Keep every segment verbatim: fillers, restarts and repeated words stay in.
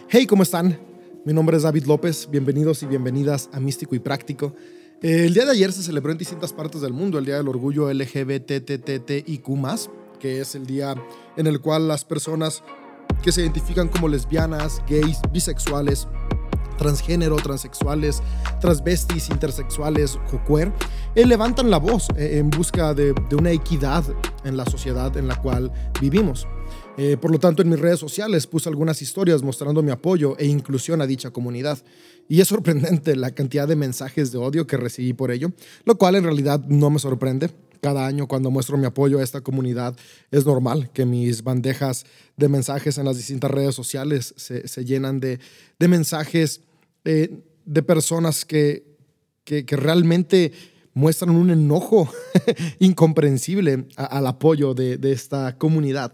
Hey, ¿cómo están? Mi nombre es David López, bienvenidos y bienvenidas a Místico y Práctico. Eh, el día de ayer se celebró en distintas partes del mundo el Día del Orgullo L G B T T I Q más, que es el día en el cual las personas que se identifican como lesbianas, gays, bisexuales, transgénero, transexuales, transvestis, intersexuales o queer, eh, levantan la voz eh, en busca de, de una equidad en la sociedad en la cual vivimos. Eh, por lo tanto, en mis redes sociales puse algunas historias mostrando mi apoyo e inclusión a dicha comunidad. Y es sorprendente la cantidad de mensajes de odio que recibí por ello, lo cual en realidad no me sorprende. Cada año cuando muestro mi apoyo a esta comunidad es normal que mis bandejas de mensajes en las distintas redes sociales se, se llenan de, de mensajes eh, de personas que, que, que realmente muestran un enojo incomprensible a, al apoyo de, de esta comunidad.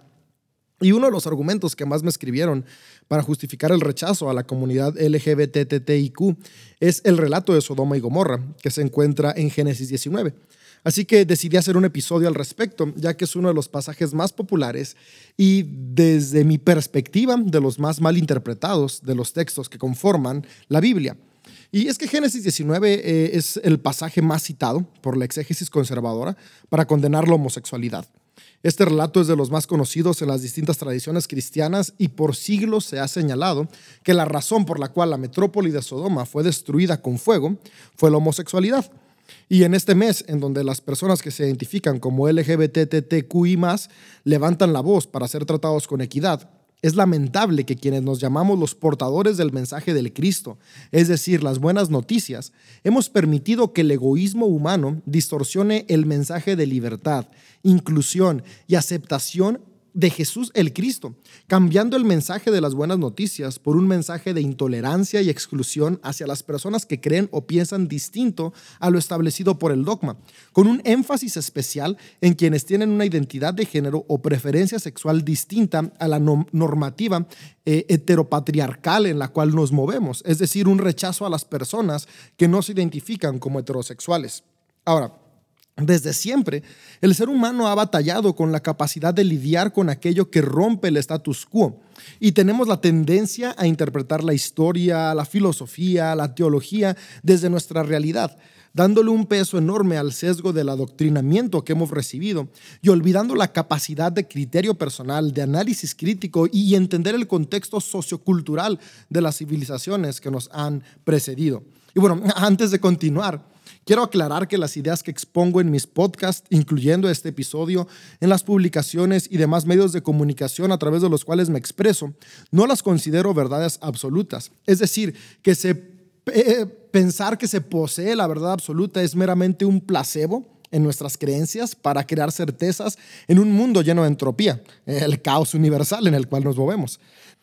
Y uno de los argumentos que más me escribieron para justificar el rechazo a la comunidad L G B T T I Q es el relato de Sodoma y Gomorra, que se encuentra en Génesis diecinueve. Así que decidí hacer un episodio al respecto, ya que es uno de los pasajes más populares y, desde mi perspectiva, de los más mal interpretados de los textos que conforman la Biblia. Y es que Génesis diecinueve eh, es el pasaje más citado por la exégesis conservadora para condenar la homosexualidad. Este relato es de los más conocidos en las distintas tradiciones cristianas y por siglos se ha señalado que la razón por la cual la metrópoli de Sodoma fue destruida con fuego fue la homosexualidad. Y en este mes, en donde las personas que se identifican como L G B T T Q I más, levantan la voz para ser tratados con equidad, es lamentable que quienes nos llamamos los portadores del mensaje del Cristo, es decir, las buenas noticias, hemos permitido que el egoísmo humano distorsione el mensaje de libertad, inclusión y aceptación de Jesús el Cristo, cambiando el mensaje de las buenas noticias por un mensaje de intolerancia y exclusión hacia las personas que creen o piensan distinto a lo establecido por el dogma, con un énfasis especial en quienes tienen una identidad de género o preferencia sexual distinta a la no- normativa eh, heteropatriarcal en la cual nos movemos, es decir, un rechazo a las personas que no se identifican como heterosexuales. Ahora, desde siempre, el ser humano ha batallado con la capacidad de lidiar con aquello que rompe el status quo y tenemos la tendencia a interpretar la historia, la filosofía, la teología desde nuestra realidad, dándole un peso enorme al sesgo del adoctrinamiento que hemos recibido y olvidando la capacidad de criterio personal, de análisis crítico y entender el contexto sociocultural de las civilizaciones que nos han precedido. Y bueno, antes de continuar, quiero aclarar que las ideas que expongo en mis podcasts, incluyendo este episodio, en las publicaciones y demás medios de comunicación a través de los cuales me expreso, no las considero verdades absolutas. Es decir, que se, eh, pensar que se posee la verdad absoluta es meramente un placebo en nuestras creencias para crear certezas en un mundo lleno de entropía, el caos universal en el cual nos movemos.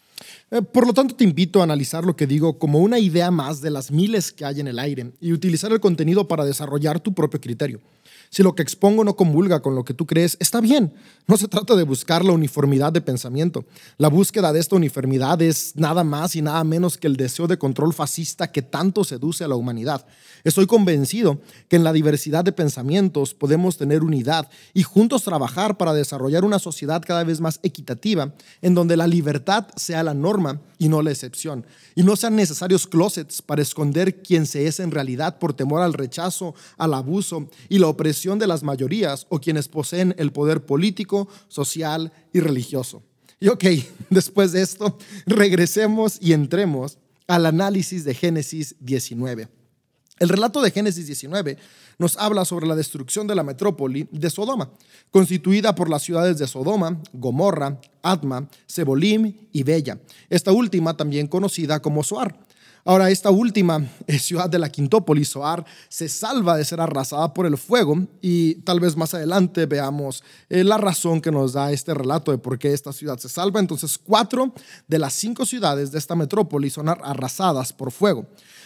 Por lo tanto, te invito a analizar lo que digo como una idea más de las miles que hay en el aire y utilizar el contenido para desarrollar tu propio criterio. Si lo que expongo no comulga con lo que tú crees, está bien. No se trata de buscar la uniformidad de pensamiento. La búsqueda de esta uniformidad es nada más y nada menos que el deseo de control fascista que tanto seduce a la humanidad. Estoy convencido que en la diversidad de pensamientos podemos tener unidad y juntos trabajar para desarrollar una sociedad cada vez más equitativa, en donde la libertad sea la norma y no la excepción, y no sean necesarios closets para esconder quién se es en realidad por temor al rechazo, al abuso y la opresión de las mayorías o quienes poseen el poder político, social y religioso. Y ok, después de esto, regresemos y entremos al análisis de Génesis diecinueve. El relato de Génesis diecinueve nos habla sobre la destrucción de la metrópoli de Sodoma, constituida por las ciudades de Sodoma, Gomorra, Adma, Sebolim y Bella, esta última también conocida como Zoar. Ahora, esta última ciudad de la Quintópolis, Zoar, se salva de ser arrasada por el fuego y tal vez más adelante veamos eh, la razón que nos da este relato de por qué esta ciudad se salva. Entonces, cuatro de las cinco ciudades de esta metrópoli son arrasadas por fuego.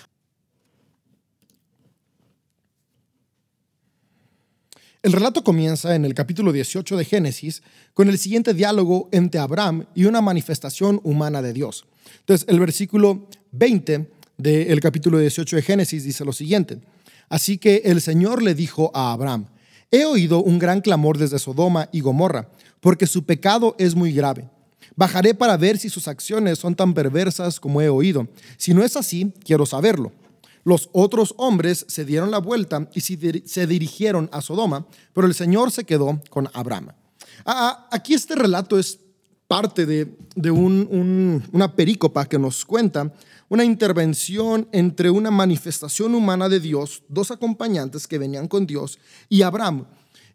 El relato comienza en el capítulo dieciocho de Génesis con el siguiente diálogo entre Abraham y una manifestación humana de Dios. Entonces, el versículo veinte del capítulo dieciocho de Génesis dice lo siguiente: Así que el Señor le dijo a Abraham: He oído un gran clamor desde Sodoma y Gomorra, porque su pecado es muy grave. Bajaré para ver si sus acciones son tan perversas como he oído. Si no es así, quiero saberlo. Los otros hombres se dieron la vuelta y se dirigieron a Sodoma, pero el Señor se quedó con Abraham. Aquí este relato es parte de, de un, un, una perícopa que nos cuenta una intervención entre una manifestación humana de Dios, dos acompañantes que venían con Dios, y Abraham.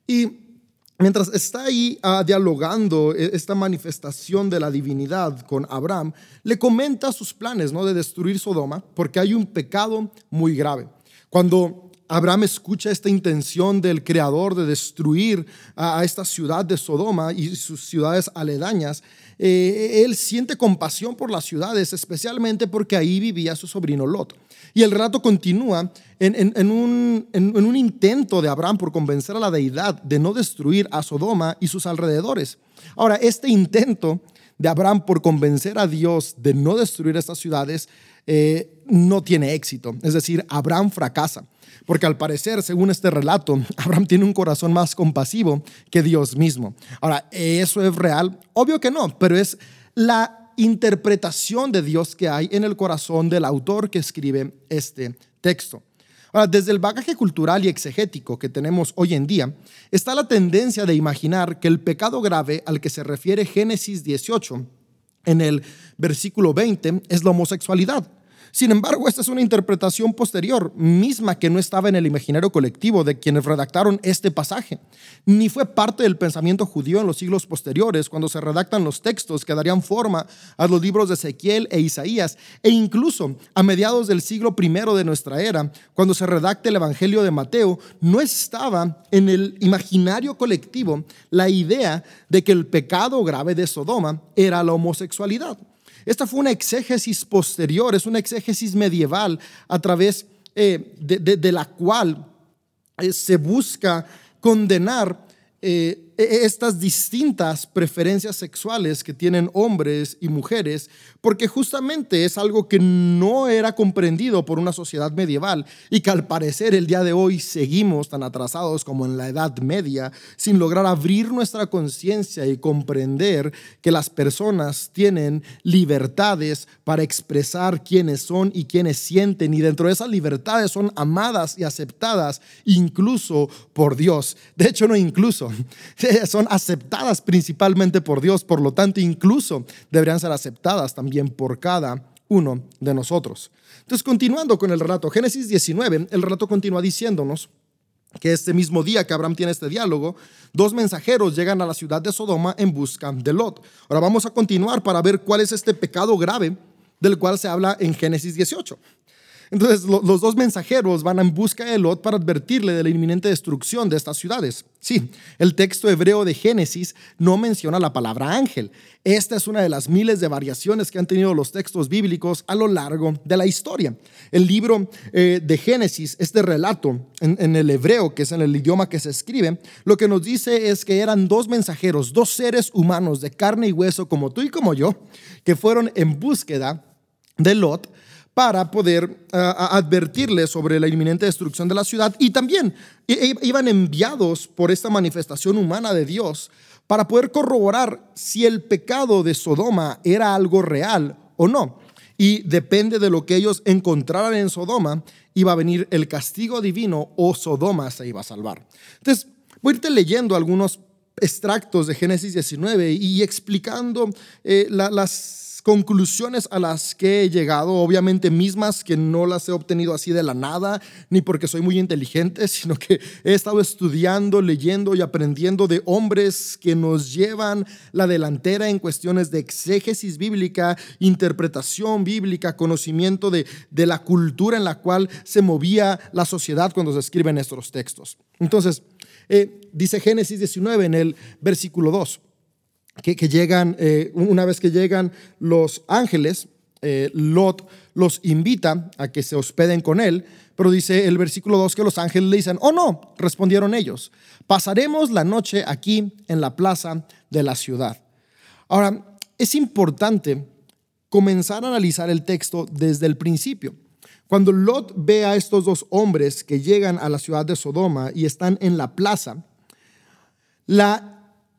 Y mientras está ahí uh, dialogando esta manifestación de la divinidad con Abraham, le comenta sus planes, ¿no?, de destruir Sodoma, porque hay un pecado muy grave. Cuando Abraham escucha esta intención del Creador de destruir a, a esta ciudad de Sodoma y sus ciudades aledañas, eh, él siente compasión por las ciudades, especialmente porque ahí vivía su sobrino Lot. Y el relato continúa en, en, en, un, en, en un intento de Abraham por convencer a la deidad de no destruir a Sodoma y sus alrededores. Ahora, este intento de Abraham por convencer a Dios de no destruir estas ciudades eh, no tiene éxito. Es decir, Abraham fracasa. Porque al parecer, según este relato, Abraham tiene un corazón más compasivo que Dios mismo. Ahora, ¿eso es real? Obvio que no, pero es la interpretación de Dios que hay en el corazón del autor que escribe este texto. Ahora, desde el bagaje cultural y exegético que tenemos hoy en día, está la tendencia de imaginar que el pecado grave al que se refiere Génesis dieciocho en el versículo veinte es la homosexualidad. Sin embargo, esta es una interpretación posterior, misma que no estaba en el imaginario colectivo de quienes redactaron este pasaje, ni fue parte del pensamiento judío en los siglos posteriores, cuando se redactan los textos que darían forma a los libros de Ezequiel e Isaías, e incluso a mediados del siglo primero de nuestra era, cuando se redacta el Evangelio de Mateo, no estaba en el imaginario colectivo la idea de que el pecado grave de Sodoma era la homosexualidad. Esta fue una exégesis posterior, es una exégesis medieval a través eh, de, de, de la cual eh, se busca condenar eh, estas distintas preferencias sexuales que tienen hombres y mujeres, porque justamente es algo que no era comprendido por una sociedad medieval y que al parecer el día de hoy seguimos tan atrasados como en la Edad Media, sin lograr abrir nuestra conciencia y comprender que las personas tienen libertades para expresar quiénes son y quiénes sienten, y dentro de esas libertades son amadas y aceptadas incluso por Dios. De hecho, no incluso, son aceptadas principalmente por Dios, por lo tanto incluso deberían ser aceptadas también por cada uno de nosotros. Entonces, continuando con el relato, Génesis diecinueve, el relato continúa diciéndonos que este mismo día que Abraham tiene este diálogo, dos mensajeros llegan a la ciudad de Sodoma en busca de Lot. Ahora vamos a continuar para ver cuál es este pecado grave del cual se habla en Génesis dieciocho. Entonces los dos mensajeros van en busca de Lot para advertirle de la inminente destrucción de estas ciudades. Sí, el texto hebreo de Génesis no menciona la palabra ángel. Esta es una de las miles de variaciones que han tenido los textos bíblicos a lo largo de la historia. El libro eh, de Génesis, este relato en, en el hebreo, que es en el idioma que se escribe, lo que nos dice es que eran dos mensajeros, dos seres humanos de carne y hueso como tú y como yo, que fueron en búsqueda de Lot para poder uh, advertirle sobre la inminente destrucción de la ciudad, y también iban enviados por esta manifestación humana de Dios para poder corroborar si el pecado de Sodoma era algo real o no. Y depende de lo que ellos encontraran en Sodoma, iba a venir el castigo divino o Sodoma se iba a salvar. Entonces, voy a irte leyendo algunos extractos de Génesis diecinueve y explicando eh, la, las conclusiones a las que he llegado, obviamente mismas que no las he obtenido así de la nada, ni porque soy muy inteligente, sino que he estado estudiando, leyendo y aprendiendo de hombres que nos llevan la delantera en cuestiones de exégesis bíblica, interpretación bíblica, conocimiento de, de la cultura en la cual se movía la sociedad cuando se escriben estos textos. Entonces, eh, dice Génesis diecinueve en el versículo dos. Que, que llegan, eh, una vez que llegan los ángeles, eh, Lot los invita a que se hospeden con él, pero dice el versículo dos que los ángeles le dicen, oh no, respondieron ellos, pasaremos la noche aquí en la plaza de la ciudad. Ahora, es importante comenzar a analizar el texto desde el principio. Cuando Lot ve a estos dos hombres que llegan a la ciudad de Sodoma y están en la plaza, la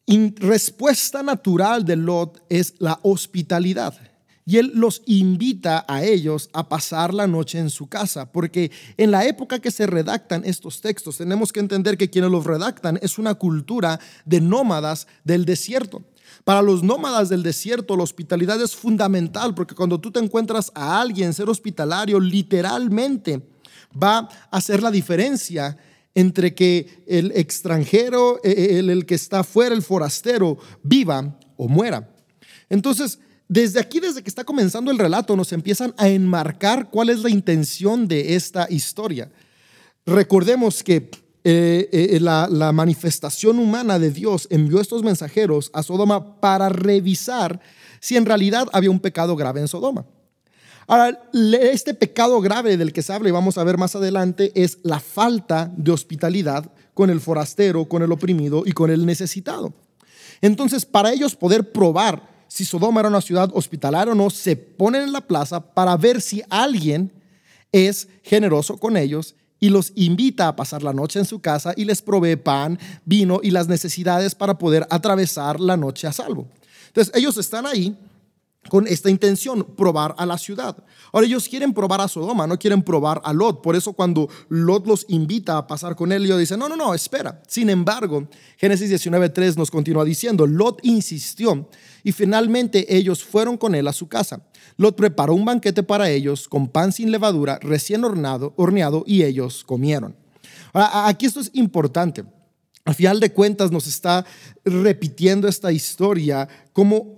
in, respuesta natural de Lot es la hospitalidad. Y él los invita a ellos a pasar la noche en su casa, porque en la época que se redactan estos textos, tenemos que entender que quienes los redactan es una cultura de nómadas del desierto. Para los nómadas del desierto, la hospitalidad es fundamental, porque cuando tú te encuentras a alguien, ser hospitalario literalmente va a hacer la diferencia entre que el extranjero, el, el que está fuera, el forastero, viva o muera. Entonces, desde aquí, desde que está comenzando el relato, nos empiezan a enmarcar cuál es la intención de esta historia. Recordemos que eh, eh, la, la manifestación humana de Dios envió estos mensajeros a Sodoma para revisar si en realidad había un pecado grave en Sodoma. Ahora, este pecado grave del que se habla y vamos a ver más adelante es la falta de hospitalidad con el forastero, con el oprimido y con el necesitado. Entonces, para ellos poder probar si Sodoma era una ciudad hospitalaria o no, se ponen en la plaza para ver si alguien es generoso con ellos y los invita a pasar la noche en su casa y les provee pan, vino y las necesidades para poder atravesar la noche a salvo. Entonces, ellos están ahí con esta intención, probar a la ciudad. Ahora ellos quieren probar a Sodoma, no quieren probar a Lot. Por eso cuando Lot los invita a pasar con él, ellos dicen, no, no, no, espera. Sin embargo, Génesis diecinueve tres nos continúa diciendo, Lot insistió y finalmente ellos fueron con él a su casa. Lot preparó un banquete para ellos con pan sin levadura, recién horneado, horneado y ellos comieron. Ahora, aquí esto es importante. Al final de cuentas nos está repitiendo esta historia, como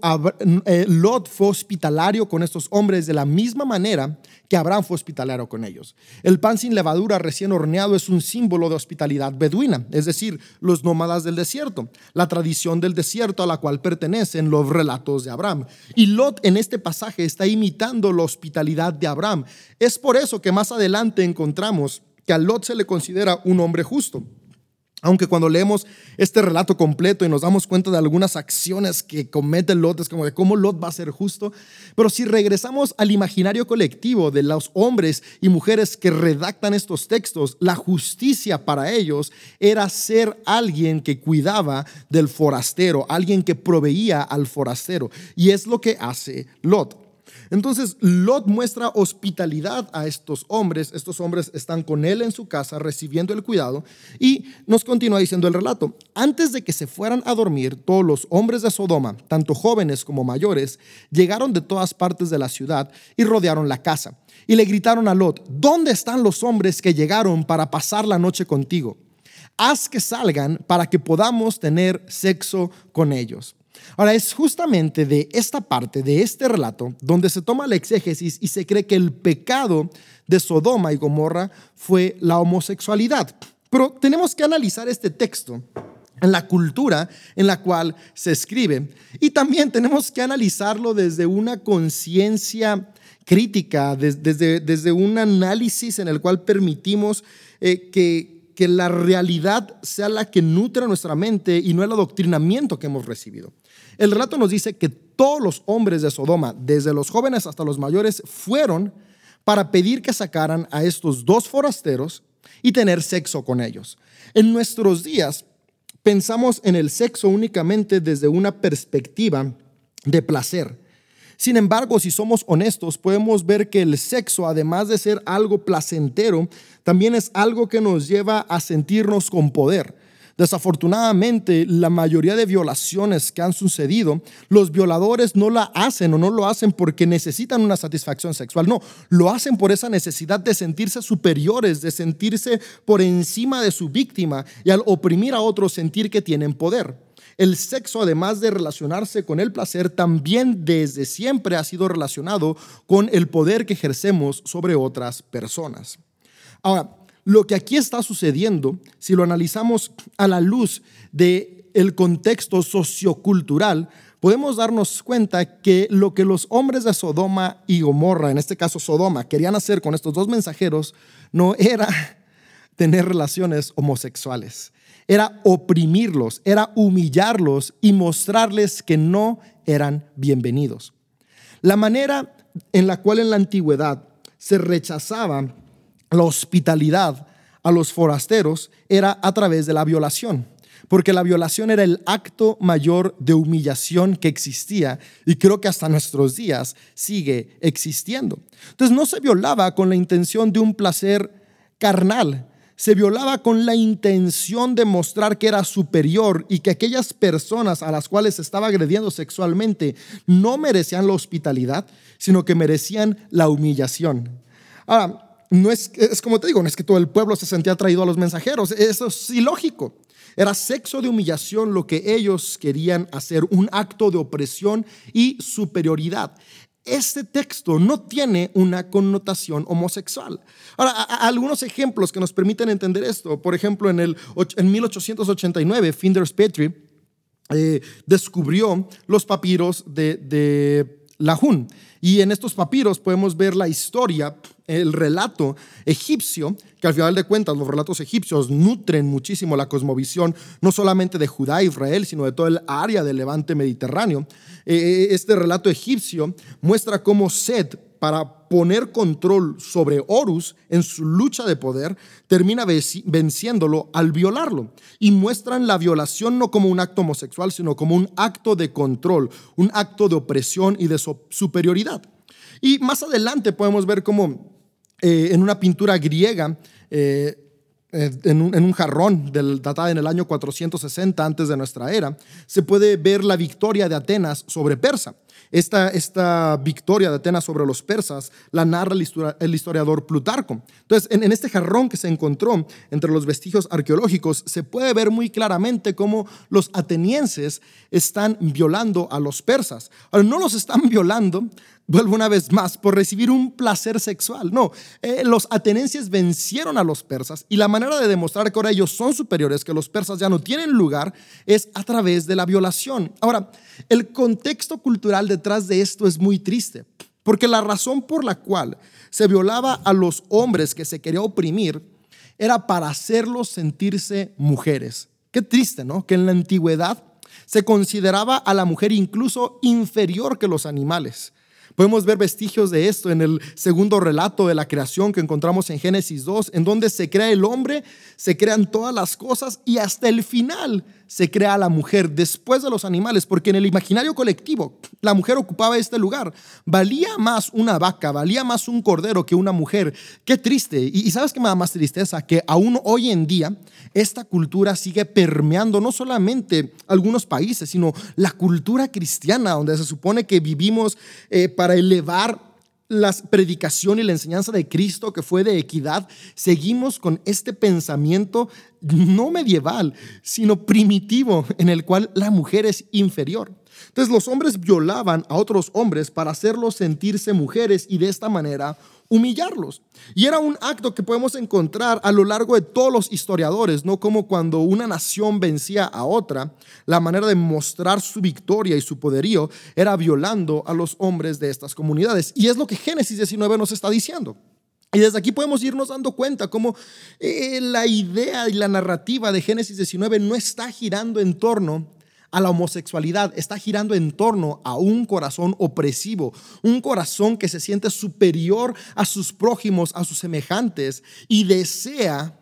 Lot fue hospitalario con estos hombres de la misma manera que Abraham fue hospitalario con ellos. El pan sin levadura recién horneado es un símbolo de hospitalidad beduina, es decir, los nómadas del desierto, la tradición del desierto a la cual pertenecen los relatos de Abraham. Y Lot en este pasaje está imitando la hospitalidad de Abraham. Es por eso que más adelante encontramos que a Lot se le considera un hombre justo. Aunque cuando leemos este relato completo y nos damos cuenta de algunas acciones que comete Lot, es como de cómo Lot va a ser justo. Pero si regresamos al imaginario colectivo de los hombres y mujeres que redactan estos textos, la justicia para ellos era ser alguien que cuidaba del forastero, alguien que proveía al forastero. Y es lo que hace Lot. Entonces Lot muestra hospitalidad a estos hombres. Estos hombres están con él en su casa recibiendo el cuidado y nos continúa diciendo el relato. Antes de que se fueran a dormir, todos los hombres de Sodoma, tanto jóvenes como mayores, llegaron de todas partes de la ciudad y rodearon la casa y le gritaron a Lot, ¿dónde están los hombres que llegaron para pasar la noche contigo? Haz que salgan para que podamos tener sexo con ellos. Ahora, es justamente de esta parte, de este relato, donde se toma la exégesis y se cree que el pecado de Sodoma y Gomorra fue la homosexualidad. Pero tenemos que analizar este texto en la cultura en la cual se escribe y también tenemos que analizarlo desde una conciencia crítica, desde, desde un análisis en el cual permitimos eh, que, que la realidad sea la que nutre nuestra mente y no el adoctrinamiento que hemos recibido. El relato nos dice que todos los hombres de Sodoma, desde los jóvenes hasta los mayores, fueron para pedir que sacaran a estos dos forasteros y tener sexo con ellos. En nuestros días pensamos en el sexo únicamente desde una perspectiva de placer. Sin embargo, si somos honestos, podemos ver que el sexo, además de ser algo placentero, también es algo que nos lleva a sentirnos con poder. Desafortunadamente, la mayoría de violaciones que han sucedido, los violadores no la hacen o no lo hacen porque necesitan una satisfacción sexual. No, lo hacen por esa necesidad de sentirse superiores, de sentirse por encima de su víctima y al oprimir a otros sentir que tienen poder. El sexo, además de relacionarse con el placer, también desde siempre ha sido relacionado con el poder que ejercemos sobre otras personas. Ahora, lo que aquí está sucediendo, si lo analizamos a la luz del contexto sociocultural, podemos darnos cuenta que lo que los hombres de Sodoma y Gomorra, en este caso Sodoma, querían hacer con estos dos mensajeros no era tener relaciones homosexuales, era oprimirlos, era humillarlos y mostrarles que no eran bienvenidos. La manera en la cual en la antigüedad se rechazaba la hospitalidad a los forasteros era a través de la violación. porque la violación era el acto mayor de humillación que existía y creo que hasta nuestros días sigue existiendo. Entonces no se violaba con la intención de un placer carnal, se violaba con la intención de mostrar que era superior y que aquellas personas a las cuales se estaba agrediendo sexualmente no merecían la hospitalidad, sino que merecían la humillación. Ahora, no es, es como te digo, no es que todo el pueblo se sentía atraído a los mensajeros, eso es ilógico. Era sexo de humillación lo que ellos querían hacer, un acto de opresión y superioridad. Este texto no tiene una connotación homosexual. Ahora, a, a, algunos ejemplos que nos permiten entender esto. Por ejemplo, en, el, en mil ochocientos ochenta y nueve, Flinders Petrie eh, descubrió los papiros de, de Lahun. Y en estos papiros podemos ver la historia, el relato egipcio, que al final de cuentas los relatos egipcios nutren muchísimo la cosmovisión, no solamente de Judá e Israel, sino de toda el área del levante mediterráneo. Este relato egipcio muestra cómo Set, para poner control sobre Horus en su lucha de poder, termina venciéndolo al violarlo. Y muestran la violación no como un acto homosexual, sino como un acto de control, un acto de opresión y de superioridad. Y más adelante podemos ver cómo eh, en una pintura griega, eh, En un, en un jarrón del, datada en el año cuatrocientos sesenta antes de nuestra era, se puede ver la victoria de Atenas sobre Persa. Esta, esta victoria de Atenas sobre los persas la narra el, histori- el historiador Plutarco. Entonces, en, en este jarrón que se encontró entre los vestigios arqueológicos, se puede ver muy claramente cómo los atenienses están violando a los persas. Ahora, no los están violando, vuelvo una vez más, por recibir un placer sexual. No, eh, los atenienses vencieron a los persas y la manera de demostrar que ahora ellos son superiores, que los persas ya no tienen lugar, es a través de la violación. Ahora, el contexto cultural detrás de esto es muy triste, porque la razón por la cual se violaba a los hombres que se quería oprimir era para hacerlos sentirse mujeres. Qué triste, ¿no? Que en la antigüedad se consideraba a la mujer incluso inferior que los animales. Podemos ver vestigios de esto en el segundo relato de la creación que encontramos en Génesis dos, en donde se crea el hombre, se crean todas las cosas y hasta el final se crea la mujer después de los animales, porque en el imaginario colectivo la mujer ocupaba este lugar. Valía más una vaca, valía más un cordero que una mujer. Qué triste. Y, y ¿sabes qué me da más tristeza? Que aún hoy en día esta cultura sigue permeando no solamente algunos países, sino la cultura cristiana, donde se supone que vivimos eh, para elevar la predicación y la enseñanza de Cristo, que fue de equidad. Seguimos con este pensamiento no medieval, sino primitivo, en el cual la mujer es inferior. Entonces los hombres violaban a otros hombres para hacerlos sentirse mujeres y de esta manera humillarlos. Y era un acto que podemos encontrar a lo largo de todos los historiadores, no como cuando una nación vencía a otra, la manera de mostrar su victoria y su poderío era violando a los hombres de estas comunidades. Y es lo que Génesis diecinueve nos está diciendo. Y desde aquí podemos irnos dando cuenta cómo eh, la idea y la narrativa de Génesis diecinueve no está girando en torno a la homosexualidad, está girando en torno a un corazón opresivo, un corazón que se siente superior a sus prójimos, a sus semejantes y desea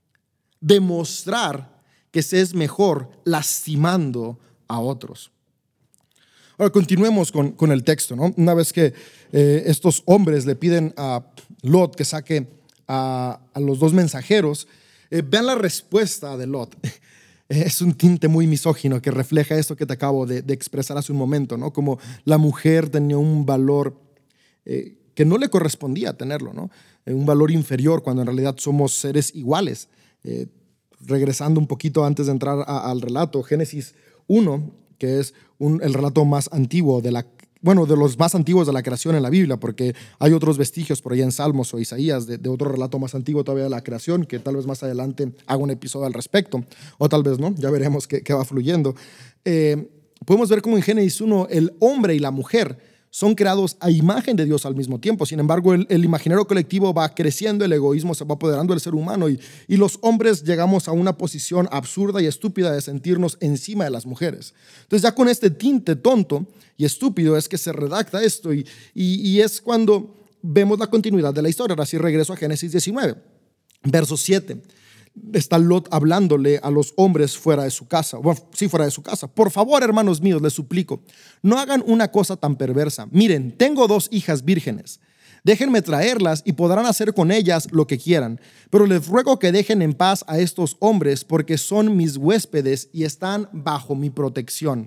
demostrar que se es mejor lastimando a otros. Ahora continuemos con, con el texto, ¿no? Una vez que eh, estos hombres le piden a Lot que saque a, a los dos mensajeros, eh, vean la respuesta de Lot. Es un tinte muy misógino que refleja esto que te acabo de, de expresar hace un momento, ¿no? Como la mujer tenía un valor eh, que no le correspondía tenerlo, ¿no? Eh, un valor inferior cuando en realidad somos seres iguales. Eh, regresando un poquito antes de entrar a, al relato, Génesis uno, que es un, el relato más antiguo de la Bueno, de los más antiguos de la creación en la Biblia, porque hay otros vestigios por ahí en Salmos o Isaías de, de otro relato más antiguo todavía de la creación, que tal vez más adelante haga un episodio al respecto, o tal vez no, ya veremos qué, qué va fluyendo. Eh, podemos ver cómo en Génesis uno el hombre y la mujer son creados a imagen de Dios al mismo tiempo. Sin embargo, el, el imaginario colectivo va creciendo, el egoísmo se va apoderando del ser humano y, y los hombres llegamos a una posición absurda y estúpida de sentirnos encima de las mujeres. Entonces ya con este tinte tonto y estúpido es que se redacta esto y, y, y es cuando vemos la continuidad de la historia. Ahora sí regreso a Génesis diecinueve, verso siete. está Lot hablándole a los hombres fuera de su casa. Bueno, sí, fuera de su casa. Por favor, hermanos míos, les suplico, no hagan una cosa tan perversa. Miren, tengo dos hijas vírgenes. Déjenme traerlas y podrán hacer con ellas lo que quieran. Pero les ruego que dejen en paz a estos hombres porque son mis huéspedes y están bajo mi protección.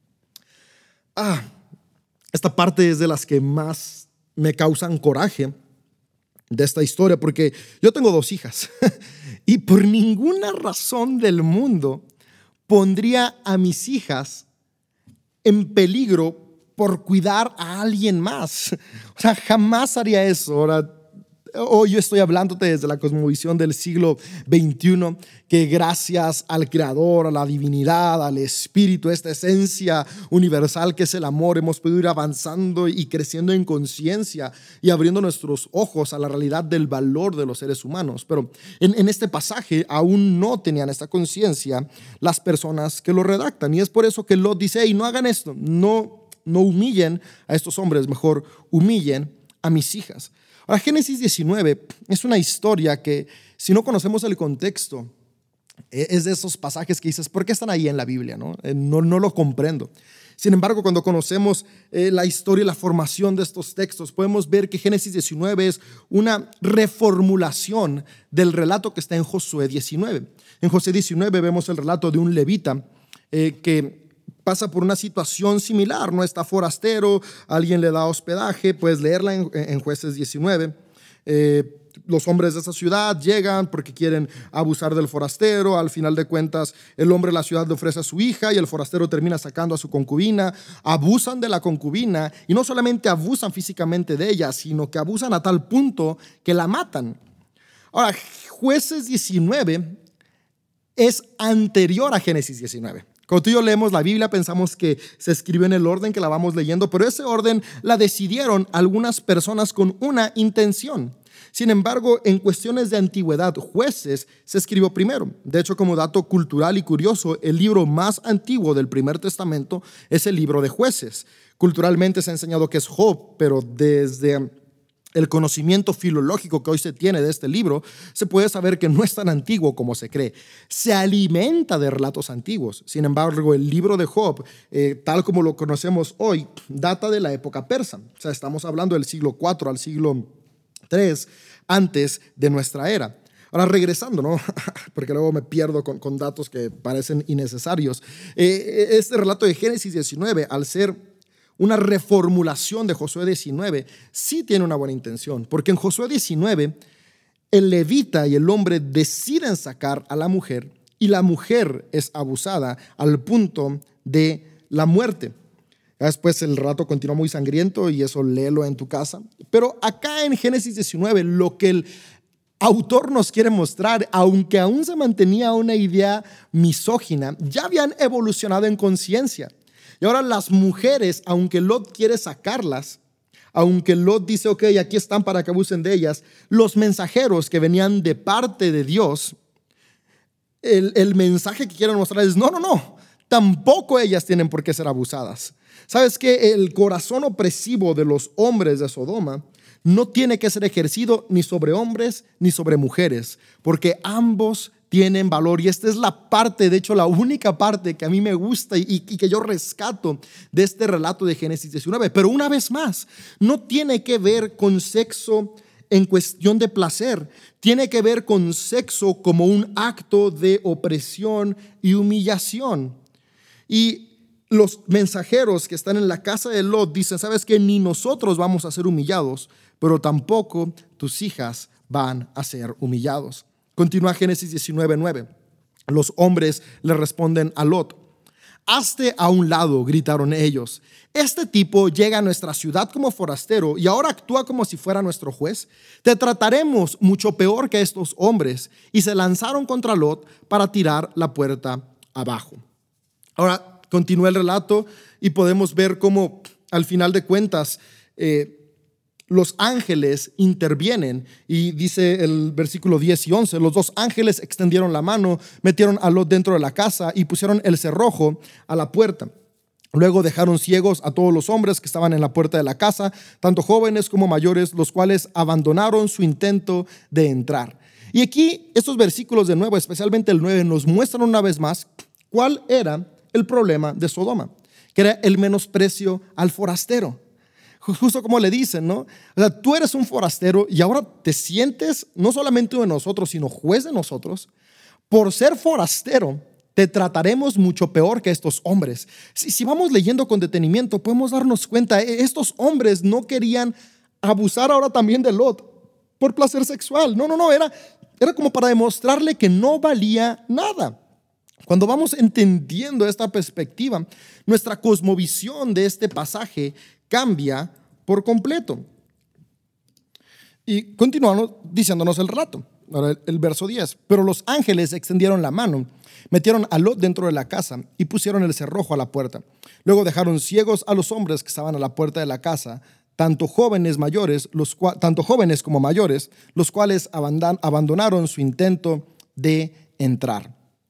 Ah, esta parte es de las que más me causan coraje de esta historia, porque yo tengo dos hijas y por ninguna razón del mundo pondría a mis hijas en peligro por cuidar a alguien más. O sea, jamás haría eso. Ahora, hoy yo estoy hablándote desde la cosmovisión del siglo veintiuno, que gracias al Creador, a la divinidad, al Espíritu, esta esencia universal que es el amor, hemos podido ir avanzando y creciendo en conciencia y abriendo nuestros ojos a la realidad del valor de los seres humanos. Pero en, en este pasaje aún no tenían esta conciencia las personas que lo redactan, y es por eso que Lot dice: hey, no hagan esto, no, no humillen a estos hombres, mejor humillen a mis hijas. Ahora, Génesis diecinueve es una historia que, si no conocemos el contexto, es de esos pasajes que dices, ¿por qué están ahí en la Biblia? No, no, no lo comprendo. Sin embargo, cuando conocemos eh, la historia y la formación de estos textos, podemos ver que Génesis diecinueve es una reformulación del relato que está en Josué diecinueve. En Josué diecinueve vemos el relato de un levita eh, que pasa por una situación similar, no está forastero, alguien le da hospedaje. Puedes leerla en, en Jueces diecinueve. Eh, los hombres de esa ciudad llegan porque quieren abusar del forastero. Al final de cuentas, el hombre de la ciudad le ofrece a su hija y el forastero termina sacando a su concubina. Abusan de la concubina, y no solamente abusan físicamente de ella, sino que abusan a tal punto que la matan. Ahora, Jueces diecinueve es anterior a Génesis diecinueve. Cuando tú y yo leemos la Biblia, pensamos que se escribió en el orden que la vamos leyendo, pero ese orden la decidieron algunas personas con una intención. Sin embargo, en cuestiones de antigüedad, Jueces se escribió primero. De hecho, como dato cultural y curioso, el libro más antiguo del Primer Testamento es el libro de Jueces. Culturalmente se ha enseñado que es Job, pero desde el conocimiento filológico que hoy se tiene de este libro, se puede saber que no es tan antiguo como se cree. Se alimenta de relatos antiguos. Sin embargo, el libro de Job, eh, tal como lo conocemos hoy, data de la época persa. O sea, estamos hablando del siglo cuatro al siglo tres antes de nuestra era. Ahora, regresando, ¿no? Porque luego me pierdo con, con datos que parecen innecesarios. Eh, este relato de Génesis diecinueve, al ser una reformulación de Josué diecinueve, sí tiene una buena intención, porque en Josué diecinueve el levita y el hombre deciden sacar a la mujer y la mujer es abusada al punto de la muerte. Después el relato continúa muy sangriento y eso léelo en tu casa. Pero acá en Génesis diecinueve lo que el autor nos quiere mostrar, aunque aún se mantenía una idea misógina, ya habían evolucionado en conciencia. Y ahora las mujeres, aunque Lot quiere sacarlas, aunque Lot dice, ok, aquí están para que abusen de ellas, los mensajeros que venían de parte de Dios, el, el mensaje que quieren mostrar es, no, no, no, tampoco ellas tienen por qué ser abusadas. ¿Sabes qué? El corazón opresivo de los hombres de Sodoma no tiene que ser ejercido ni sobre hombres ni sobre mujeres, porque ambos tienen valor. Y esta es la parte, de hecho la única parte que a mí me gusta y, y que yo rescato de este relato de Génesis diecinueve. Pero una vez más, no tiene que ver con sexo en cuestión de placer, tiene que ver con sexo como un acto de opresión y humillación. Y los mensajeros que están en la casa de Lot dicen, ¿sabes qué? Ni nosotros vamos a ser humillados, pero tampoco tus hijas van a ser humillados. Continúa Génesis diecinueve nueve. Los hombres le responden a Lot: hazte a un lado, gritaron ellos. Este tipo llega a nuestra ciudad como forastero y ahora actúa como si fuera nuestro juez. Te trataremos mucho peor que estos hombres. Y se lanzaron contra Lot para tirar la puerta abajo. Ahora continúa el relato y podemos ver cómo al final de cuentas eh, los ángeles intervienen, y dice el versículo diez y once, los dos ángeles extendieron la mano, metieron a Lot dentro de la casa y pusieron el cerrojo a la puerta. Luego dejaron ciegos a todos los hombres que estaban en la puerta de la casa, tanto jóvenes como mayores, los cuales abandonaron su intento de entrar. Y aquí estos versículos de nuevo, especialmente el nueve, nos muestran una vez más cuál era el problema de Sodoma, que era el menosprecio al forastero. Justo como le dicen, ¿no? O sea, tú eres un forastero y ahora te sientes no solamente de nosotros, sino juez de nosotros. Por ser forastero, te trataremos mucho peor que estos hombres. Si, si vamos leyendo con detenimiento, podemos darnos cuenta, estos hombres no querían abusar ahora también de Lot por placer sexual. No, no, no, era, era como para demostrarle que no valía nada. Cuando vamos entendiendo esta perspectiva, nuestra cosmovisión de este pasaje cambia por completo. Y continuamos diciéndonos el relato. Ahora el, el verso diez. Pero los ángeles extendieron la mano, metieron a Lot dentro de la casa y pusieron el cerrojo a la puerta. Luego dejaron ciegos a los hombres que estaban a la puerta de la casa, tanto jóvenes mayores, los cua- tanto jóvenes como mayores, los cuales abandan- abandonaron su intento de entrar.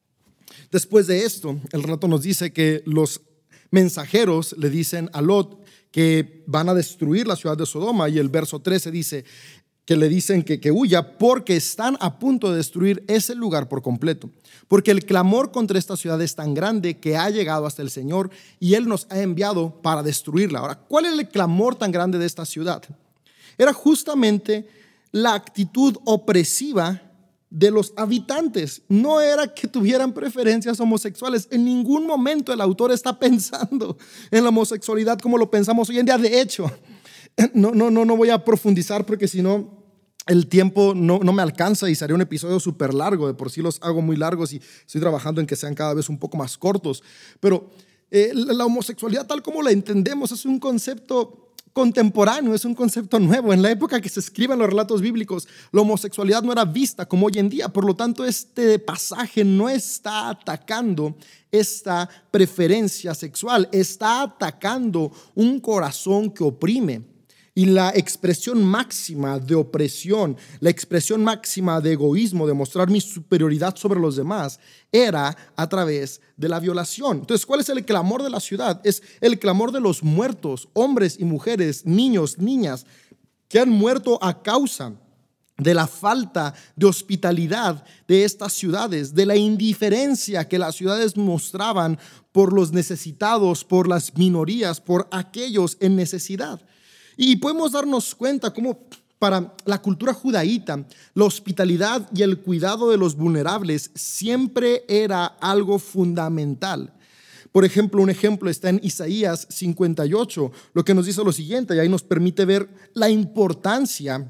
Después de esto, el relato nos dice que los mensajeros le dicen a Lot que van a destruir la ciudad de Sodoma, y el verso trece dice que le dicen que, que huya porque están a punto de destruir ese lugar por completo, porque el clamor contra esta ciudad es tan grande que ha llegado hasta el Señor y Él nos ha enviado para destruirla. Ahora, ¿cuál es el clamor tan grande de esta ciudad? Era justamente la actitud opresiva de los habitantes. No era que tuvieran preferencias homosexuales. En ningún momento el autor está pensando en la homosexualidad como lo pensamos hoy en día. De hecho, no, no, no, no voy a profundizar porque si no el tiempo no, no me alcanza y sería un episodio súper largo. De por sí los hago muy largos y estoy trabajando en que sean cada vez un poco más cortos. Pero eh, la homosexualidad tal como la entendemos es un concepto contemporáneo, es un concepto nuevo. En la época que se escriben los relatos bíblicos, la homosexualidad no era vista como hoy en día. Por lo tanto, este pasaje no está atacando esta preferencia sexual, está atacando un corazón que oprime. Y la expresión máxima de opresión, la expresión máxima de egoísmo, de mostrar mi superioridad sobre los demás, era a través de la violación. Entonces, ¿cuál es el clamor de la ciudad? Es el clamor de los muertos, hombres y mujeres, niños, niñas, que han muerto a causa de la falta de hospitalidad de estas ciudades, de la indiferencia que las ciudades mostraban por los necesitados, por las minorías, por aquellos en necesidad. Y podemos darnos cuenta cómo para la cultura judaíta la hospitalidad y el cuidado de los vulnerables siempre era algo fundamental. Por ejemplo, un ejemplo está en Isaías cincuenta y ocho, lo que nos dice lo siguiente, y ahí nos permite ver la importancia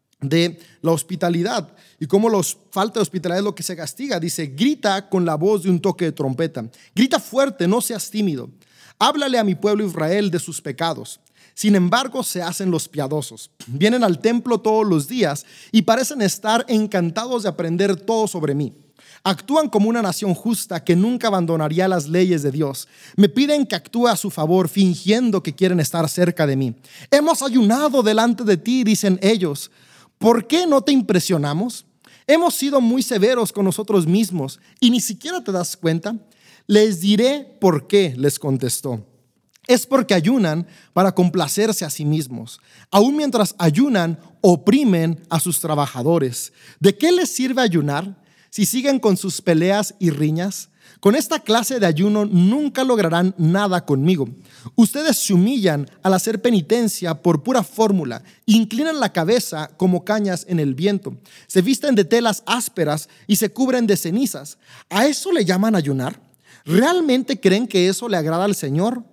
de la hospitalidad y cómo la falta de hospitalidad es lo que se castiga. Dice, grita con la voz de un toque de trompeta, grita fuerte, no seas tímido, háblale a mi pueblo Israel de sus pecados. Sin embargo, se hacen los piadosos. Vienen al templo todos los días y parecen estar encantados de aprender todo sobre mí. Actúan como una nación justa que nunca abandonaría las leyes de Dios. Me piden que actúe a su favor, fingiendo que quieren estar cerca de mí. Hemos ayunado delante de ti, dicen ellos. ¿Por qué no te impresionamos? Hemos sido muy severos con nosotros mismos y ni siquiera te das cuenta. Les diré por qué, les contestó. Es porque ayunan para complacerse a sí mismos. Aún mientras ayunan, oprimen a sus trabajadores. ¿De qué les sirve ayunar si siguen con sus peleas y riñas? Con esta clase de ayuno nunca lograrán nada conmigo. Ustedes se humillan al hacer penitencia por pura fórmula, inclinan la cabeza como cañas en el viento, se visten de telas ásperas y se cubren de cenizas. ¿A eso le llaman ayunar? ¿Realmente creen que eso le agrada al Señor?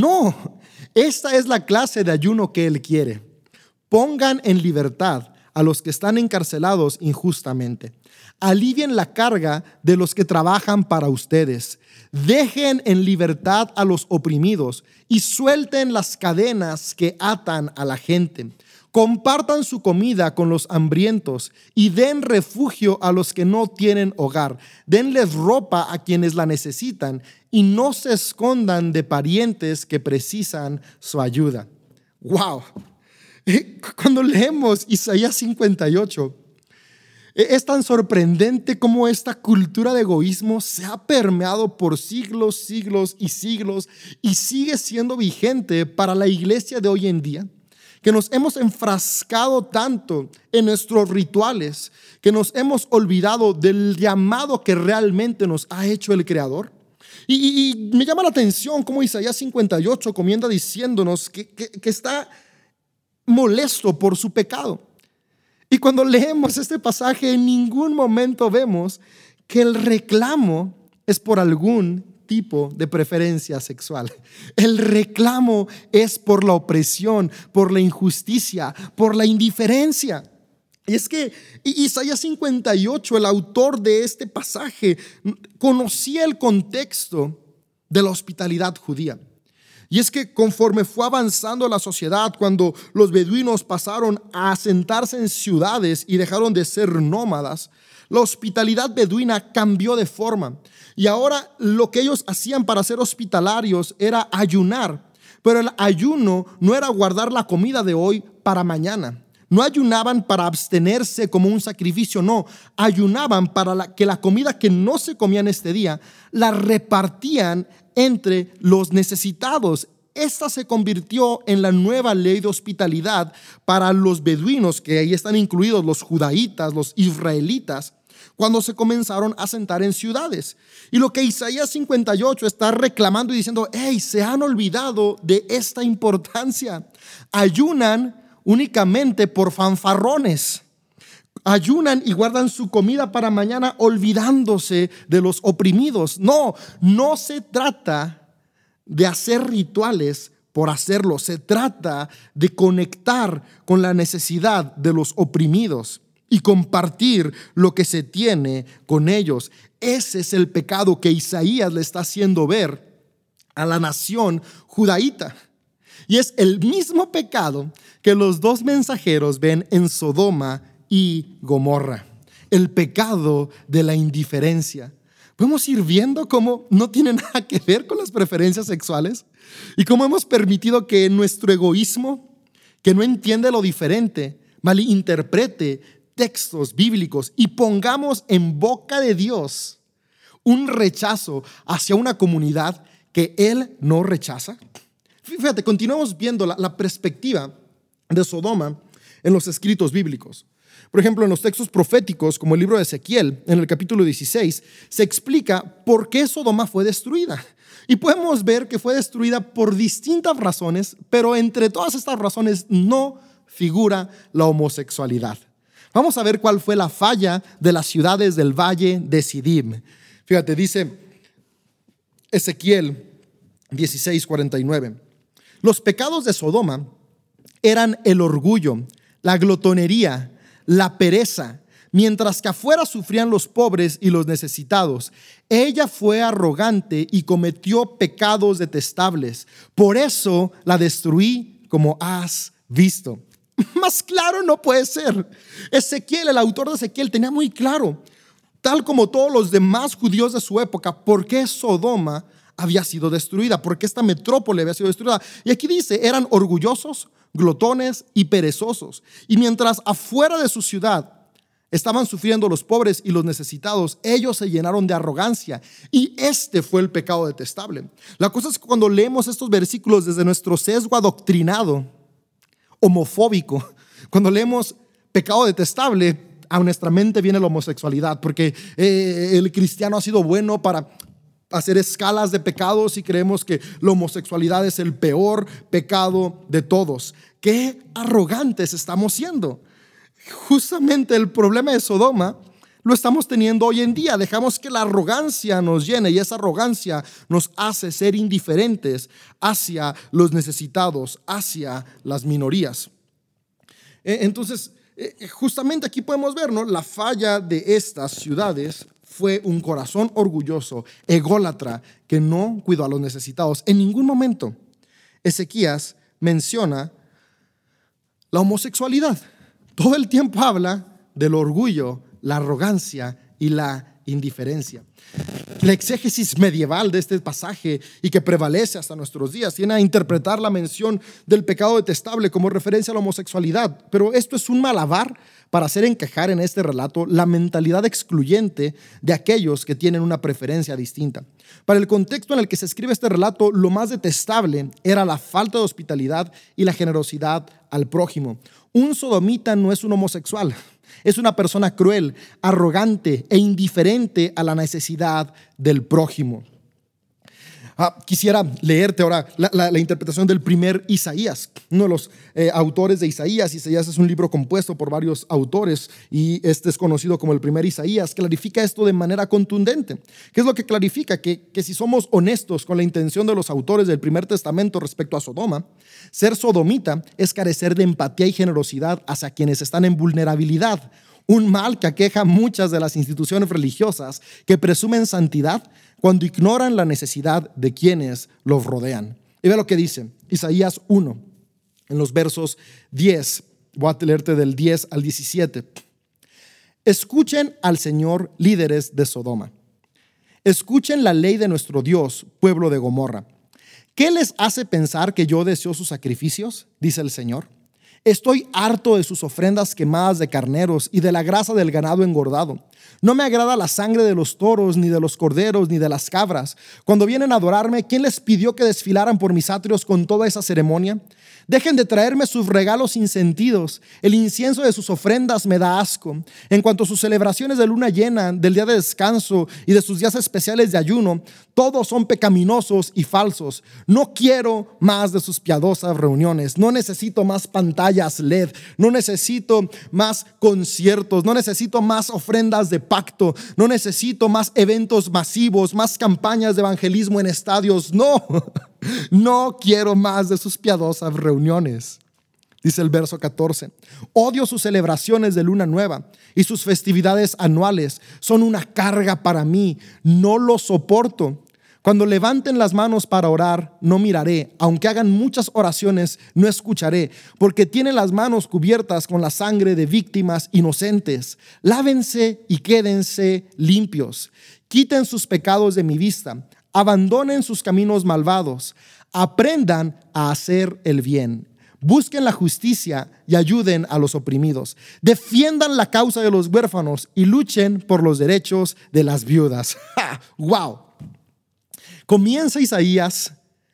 No, esta es la clase de ayuno que Él quiere. Pongan en libertad a los que están encarcelados injustamente. Alivien la carga de los que trabajan para ustedes. Dejen en libertad a los oprimidos y suelten las cadenas que atan a la gente. Compartan su comida con los hambrientos y den refugio a los que no tienen hogar. Denles ropa a quienes la necesitan y no se escondan de parientes que precisan su ayuda. ¡Wow! Cuando leemos Isaías cincuenta y ocho, es tan sorprendente cómo esta cultura de egoísmo se ha permeado por siglos, siglos y siglos y sigue siendo vigente para la iglesia de hoy en día. que nos hemos enfrascado tanto en nuestros rituales, que nos hemos olvidado del llamado que realmente nos ha hecho el Creador. Y, y, y me llama la atención cómo Isaías cincuenta y ocho comienza diciéndonos que, que, que está molesto por su pecado. Y cuando leemos este pasaje, en ningún momento vemos que el reclamo es por algún tipo de preferencia sexual. El reclamo es por la opresión, por la injusticia, por la indiferencia. Y es que Isaías cincuenta y ocho, el autor de este pasaje, conocía el contexto de la hospitalidad judía. Y es que conforme fue avanzando la sociedad, cuando los beduinos pasaron a asentarse en ciudades y dejaron de ser nómadas, la hospitalidad beduina cambió de forma. Y ahora lo que ellos hacían para ser hospitalarios era ayunar. Pero el ayuno no era guardar la comida de hoy para mañana. No ayunaban para abstenerse como un sacrificio, no. Ayunaban para la, que la comida que no se comía en este día la repartían entre los necesitados. Esta se convirtió en la nueva ley de hospitalidad para los beduinos, que ahí están incluidos los judaítas, los israelitas, cuando se comenzaron a sentar en ciudades. Y lo que Isaías cincuenta y ocho está reclamando y diciendo: hey, se han olvidado de esta importancia. Ayunan únicamente por fanfarrones. Ayunan y guardan su comida para mañana, olvidándose de los oprimidos. No, no se trata de hacer rituales por hacerlo. Se trata de conectar con la necesidad de los oprimidos y compartir lo que se tiene con ellos. Ese es el pecado que Isaías le está haciendo ver a la nación judaíta. Y es el mismo pecado que los dos mensajeros ven en Sodoma y Gomorra. El pecado de la indiferencia. Podemos ir viendo cómo no tiene nada que ver con las preferencias sexuales y cómo hemos permitido que nuestro egoísmo, que no entiende lo diferente, malinterprete textos bíblicos y pongamos en boca de Dios un rechazo hacia una comunidad que Él no rechaza. Fíjate, continuamos viendo la, la perspectiva de Sodoma en los escritos bíblicos. Por ejemplo, en los textos proféticos, como el libro de Ezequiel, en el capítulo dieciséis, se explica por qué Sodoma fue destruida. Y podemos ver que fue destruida por distintas razones, pero entre todas estas razones no figura la homosexualidad. Vamos a ver cuál fue la falla de las ciudades del valle de Sidim. Fíjate, dice Ezequiel dieciséis, cuarenta y nueve. Los pecados de Sodoma eran el orgullo, la glotonería, la pereza, mientras que afuera sufrían los pobres y los necesitados. Ella fue arrogante y cometió pecados detestables. Por eso la destruí, como has visto. Más claro no puede ser. Ezequiel, el autor de Ezequiel, tenía muy claro, tal como todos los demás judíos de su época, por qué Sodoma había sido destruida, porque esta metrópoli había sido destruida. Y aquí dice, eran orgullosos, glotones y perezosos. Y mientras afuera de su ciudad estaban sufriendo los pobres y los necesitados, ellos se llenaron de arrogancia. Y este fue el pecado detestable. La cosa es que cuando leemos estos versículos desde nuestro sesgo adoctrinado, homofóbico, cuando leemos pecado detestable, a nuestra mente viene la homosexualidad, porque eh, el cristiano ha sido bueno para hacer escalas de pecados y creemos que la homosexualidad es el peor pecado de todos. Qué arrogantes estamos siendo. Justamente el problema de Sodoma lo estamos teniendo hoy en día. Dejamos que la arrogancia nos llene y esa arrogancia nos hace ser indiferentes hacia los necesitados, hacia las minorías. Entonces, justamente aquí podemos ver, ¿no?, la falla de estas ciudades. Fue un corazón orgulloso, ególatra, que no cuidó a los necesitados. En ningún momento Ezequías menciona la homosexualidad. Todo el tiempo habla del orgullo, la arrogancia y la indiferencia. La exégesis medieval de este pasaje y que prevalece hasta nuestros días tiene a interpretar la mención del pecado detestable como referencia a la homosexualidad, pero esto es un malabar para hacer encajar en este relato la mentalidad excluyente de aquellos que tienen una preferencia distinta. Para el contexto en el que se escribe este relato, lo más detestable era la falta de hospitalidad y la generosidad al prójimo. Un sodomita no es un homosexual. Es una persona cruel, arrogante e indiferente a la necesidad del prójimo. Ah, quisiera leerte ahora la, la, la interpretación del primer Isaías, uno de los eh, autores de Isaías. Isaías es un libro compuesto por varios autores y este es conocido como el primer Isaías. Clarifica esto de manera contundente. ¿Qué es lo que clarifica? Que, que si somos honestos con la intención de los autores del primer testamento respecto a Sodoma, ser sodomita es carecer de empatía y generosidad hacia quienes están en vulnerabilidad. Un mal que aqueja muchas de las instituciones religiosas que presumen santidad cuando ignoran la necesidad de quienes los rodean. Y ve lo que dice Isaías uno, en los versos diez. Voy a leerte del diez al diecisiete. Escuchen al Señor, líderes de Sodoma. Escuchen la ley de nuestro Dios, pueblo de Gomorra. ¿Qué les hace pensar que yo deseo sus sacrificios? Dice el Señor. Estoy harto de sus ofrendas quemadas de carneros y de la grasa del ganado engordado. No me agrada la sangre de los toros, ni de los corderos, ni de las cabras. Cuando vienen a adorarme, ¿quién les pidió que desfilaran por mis atrios con toda esa ceremonia? Dejen de traerme sus regalos sin sentidos. El incienso de sus ofrendas me da asco. En cuanto a sus celebraciones de luna llena, del día de descanso y de sus días especiales de ayuno, todos son pecaminosos y falsos. No quiero más de sus piadosas reuniones. No necesito más pantallas L E D. No necesito más conciertos. No necesito más ofrendas de pacto. No necesito más eventos masivos, más campañas de evangelismo en estadios. No. No quiero más de sus piadosas reuniones. Dice el verso catorce. Odio sus celebraciones de luna nueva y sus festividades anuales. Son una carga para mí. No los soporto. Cuando levanten las manos para orar, no miraré. Aunque hagan muchas oraciones, no escucharé, porque tienen las manos cubiertas con la sangre de víctimas inocentes. Lávense y quédense limpios. Quiten sus pecados de mi vista. Abandonen sus caminos malvados. Aprendan a hacer el bien. Busquen la justicia y ayuden a los oprimidos. Defiendan la causa de los huérfanos y luchen por los derechos de las viudas. ¡Ja! ¡Wow! Comienza Isaías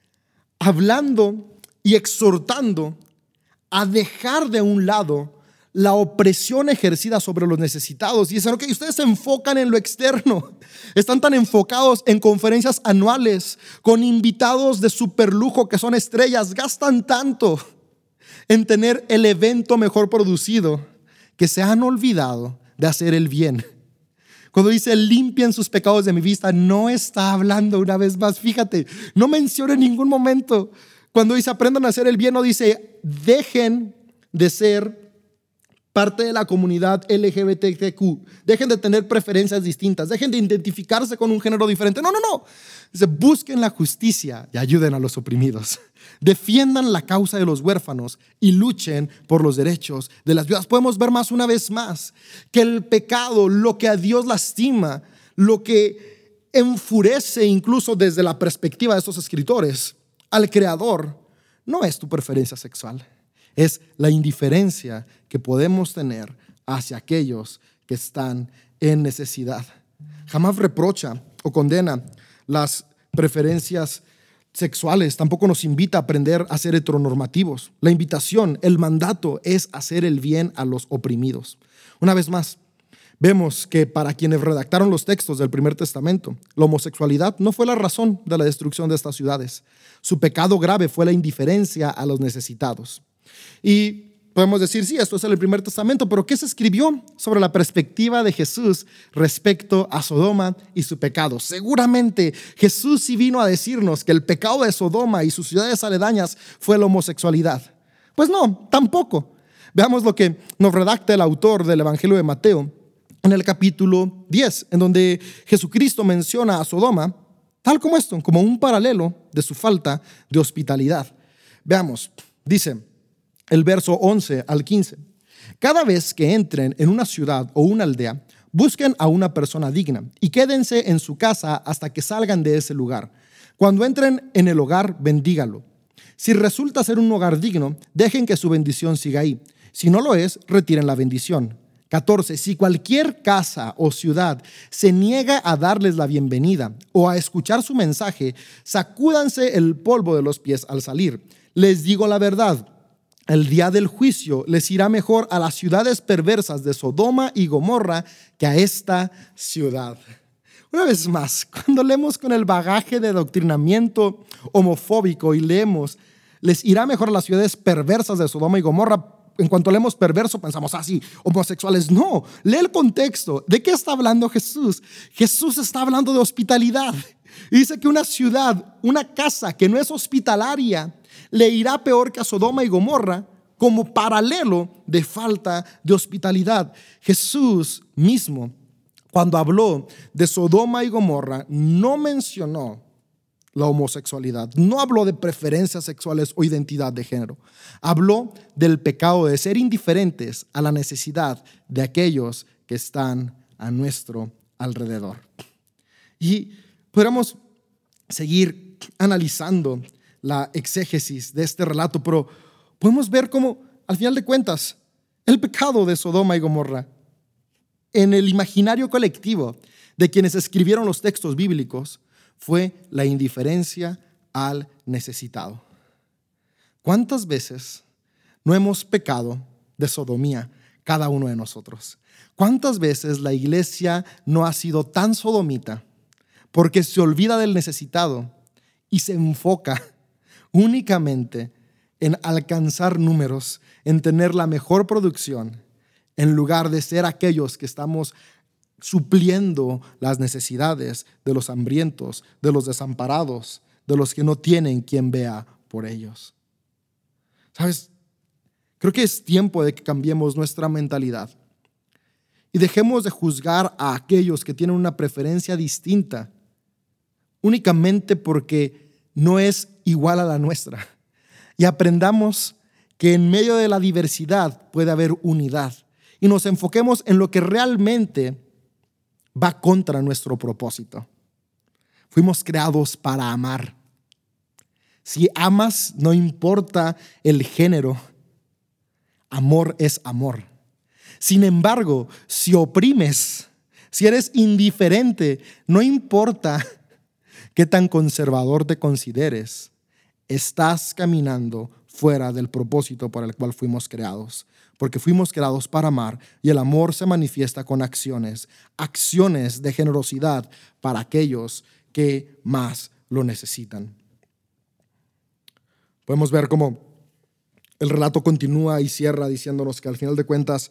hablando y exhortando a dejar de un lado la opresión ejercida sobre los necesitados. Y dicen, ok, ustedes se enfocan en lo externo. Están tan enfocados en conferencias anuales con invitados de superlujo que son estrellas. Gastan tanto en tener el evento mejor producido que se han olvidado de hacer el bien. Cuando dice limpien sus pecados de mi vista, no está hablando una vez más. Fíjate, no menciona en ningún momento. Cuando dice aprendan a hacer el bien, no dice dejen de ser parte de la comunidad L G B T Q. Dejen de tener preferencias distintas. Dejen de identificarse con un género diferente. No, no, no. Dice, busquen la justicia y ayuden a los oprimidos. Defiendan la causa de los huérfanos y luchen por los derechos de las viudas. Podemos ver más una vez más que el pecado, lo que a Dios lastima, lo que enfurece incluso desde la perspectiva de estos escritores al Creador, no es tu preferencia sexual. Es la indiferencia que podemos tener hacia aquellos que están en necesidad. Jamás reprocha o condena las preferencias sexuales. Tampoco nos invita a aprender a ser heteronormativos. La invitación, el mandato es hacer el bien a los oprimidos. Una vez más, vemos que para quienes redactaron los textos del Primer Testamento, la homosexualidad no fue la razón de la destrucción de estas ciudades. Su pecado grave fue la indiferencia a los necesitados. Y podemos decir, sí, esto es el Primer Testamento, pero ¿qué se escribió sobre la perspectiva de Jesús respecto a Sodoma y su pecado? Seguramente Jesús sí vino a decirnos que el pecado de Sodoma y sus ciudades aledañas fue la homosexualidad. Pues no, tampoco. Veamos lo que nos redacta el autor del Evangelio de Mateo en el capítulo diez, en donde Jesucristo menciona a Sodoma tal como esto, como un paralelo de su falta de hospitalidad. Veamos, dice el verso once al quince. Cada vez que entren en una ciudad o una aldea, busquen a una persona digna y quédense en su casa hasta que salgan de ese lugar. Cuando entren en el hogar, bendígalo. Si resulta ser un hogar digno, dejen que su bendición siga ahí. Si no lo es, retiren la bendición. catorce. Si cualquier casa o ciudad se niega a darles la bienvenida o a escuchar su mensaje, sacúdanse el polvo de los pies al salir. Les digo la verdad. el día del juicio les irá mejor a las ciudades perversas de Sodoma y Gomorra que a esta ciudad. Una vez más, cuando leemos con el bagaje de adoctrinamiento homofóbico y leemos, les irá mejor a las ciudades perversas de Sodoma y Gomorra. En cuanto leemos perverso, pensamos así, ah, homosexuales. No, lee el contexto. ¿De qué está hablando Jesús? Jesús está hablando de hospitalidad. Y dice que una ciudad, una casa que no es hospitalaria, le irá peor que a Sodoma y Gomorra como paralelo de falta de hospitalidad. Jesús mismo, cuando habló de Sodoma y Gomorra, no mencionó la homosexualidad, no habló de preferencias sexuales o identidad de género. Habló del pecado de ser indiferentes a la necesidad de aquellos que están a nuestro alrededor. Y podríamos seguir analizando la exégesis de este relato, pero podemos ver cómo, al final de cuentas, el pecado de Sodoma y Gomorra en el imaginario colectivo de quienes escribieron los textos bíblicos fue la indiferencia al necesitado. ¿Cuántas veces no hemos pecado de sodomía cada uno de nosotros? ¿Cuántas veces la iglesia no ha sido tan sodomita porque se olvida del necesitado y se enfoca únicamente en alcanzar números, en tener la mejor producción, en lugar de ser aquellos que estamos supliendo las necesidades de los hambrientos, de los desamparados, de los que no tienen quien vea por ellos? ¿Sabes? Creo que es tiempo de que cambiemos nuestra mentalidad y dejemos de juzgar a aquellos que tienen una preferencia distinta únicamente porque no es igual a la nuestra, y aprendamos que en medio de la diversidad puede haber unidad y nos enfoquemos en lo que realmente va contra nuestro propósito. Fuimos creados para amar. Si amas, no importa el género, amor es amor. Sin embargo, si oprimes, si eres indiferente, no importa qué tan conservador te consideres, estás caminando fuera del propósito para el cual fuimos creados. Porque fuimos creados para amar y el amor se manifiesta con acciones, acciones de generosidad para aquellos que más lo necesitan. Podemos ver cómo el relato continúa y cierra diciéndonos que al final de cuentas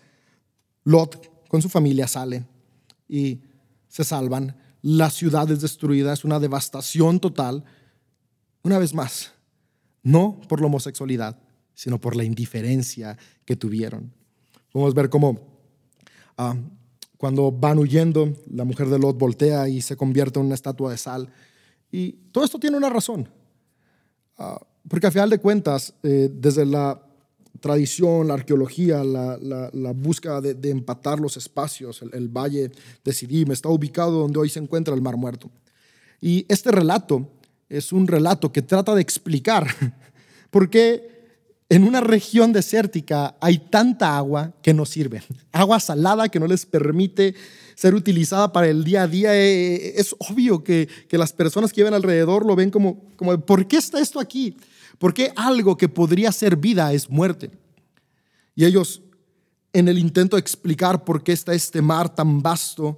Lot con su familia sale y se salvan. La ciudad es destruida, es una devastación total. Una vez más, no por la homosexualidad, sino por la indiferencia que tuvieron. Podemos ver cómo uh, cuando van huyendo, la mujer de Lot voltea y se convierte en una estatua de sal. Y todo esto tiene una razón. Uh, porque al final de cuentas, eh, desde la tradición, la arqueología, la, la, la búsqueda de, de empatar los espacios, el, el valle de Sidim está ubicado donde hoy se encuentra el Mar Muerto. Y este relato es un relato que trata de explicar por qué en una región desértica hay tanta agua que no sirve. Agua salada que no les permite ser utilizada para el día a día. Es obvio que, que las personas que viven alrededor lo ven como, como, ¿por qué está esto aquí? ¿Por qué algo que podría ser vida es muerte? Y ellos, en el intento de explicar por qué está este mar tan vasto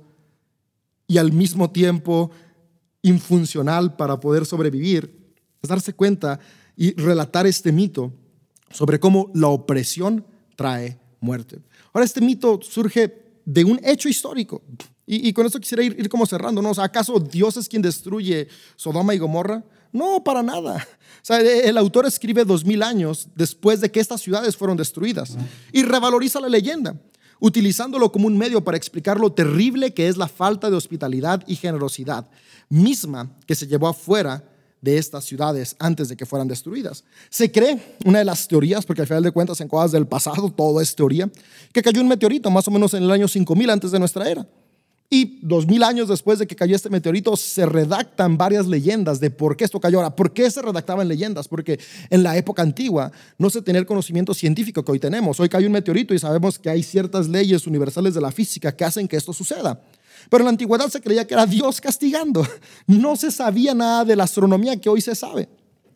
y al mismo tiempo infuncional para poder sobrevivir, es darse cuenta y relatar este mito sobre cómo la opresión trae muerte. Ahora, este mito surge de un hecho histórico. Y, y con esto quisiera ir, ir como cerrando, ¿no? O sea, ¿acaso Dios es quien destruye Sodoma y Gomorra? No, para nada. O sea, el autor escribe dos mil años después de que estas ciudades fueron destruidas y revaloriza la leyenda, utilizándolo como un medio para explicar lo terrible que es la falta de hospitalidad y generosidad misma que se llevó afuera de estas ciudades antes de que fueran destruidas. Se cree, una de las teorías, porque al final de cuentas en cosas del pasado todo es teoría, que cayó un meteorito más o menos en el año cinco mil antes de nuestra era. Y dos mil años después de que cayó este meteorito se redactan varias leyendas de por qué esto cayó. Ahora, ¿por qué se redactaban leyendas? Porque en la época antigua no se tenía el conocimiento científico que hoy tenemos. Hoy cayó un meteorito y sabemos que hay ciertas leyes universales de la física que hacen que esto suceda. Pero en la antigüedad se creía que era Dios castigando. No se sabía nada de la astronomía que hoy se sabe.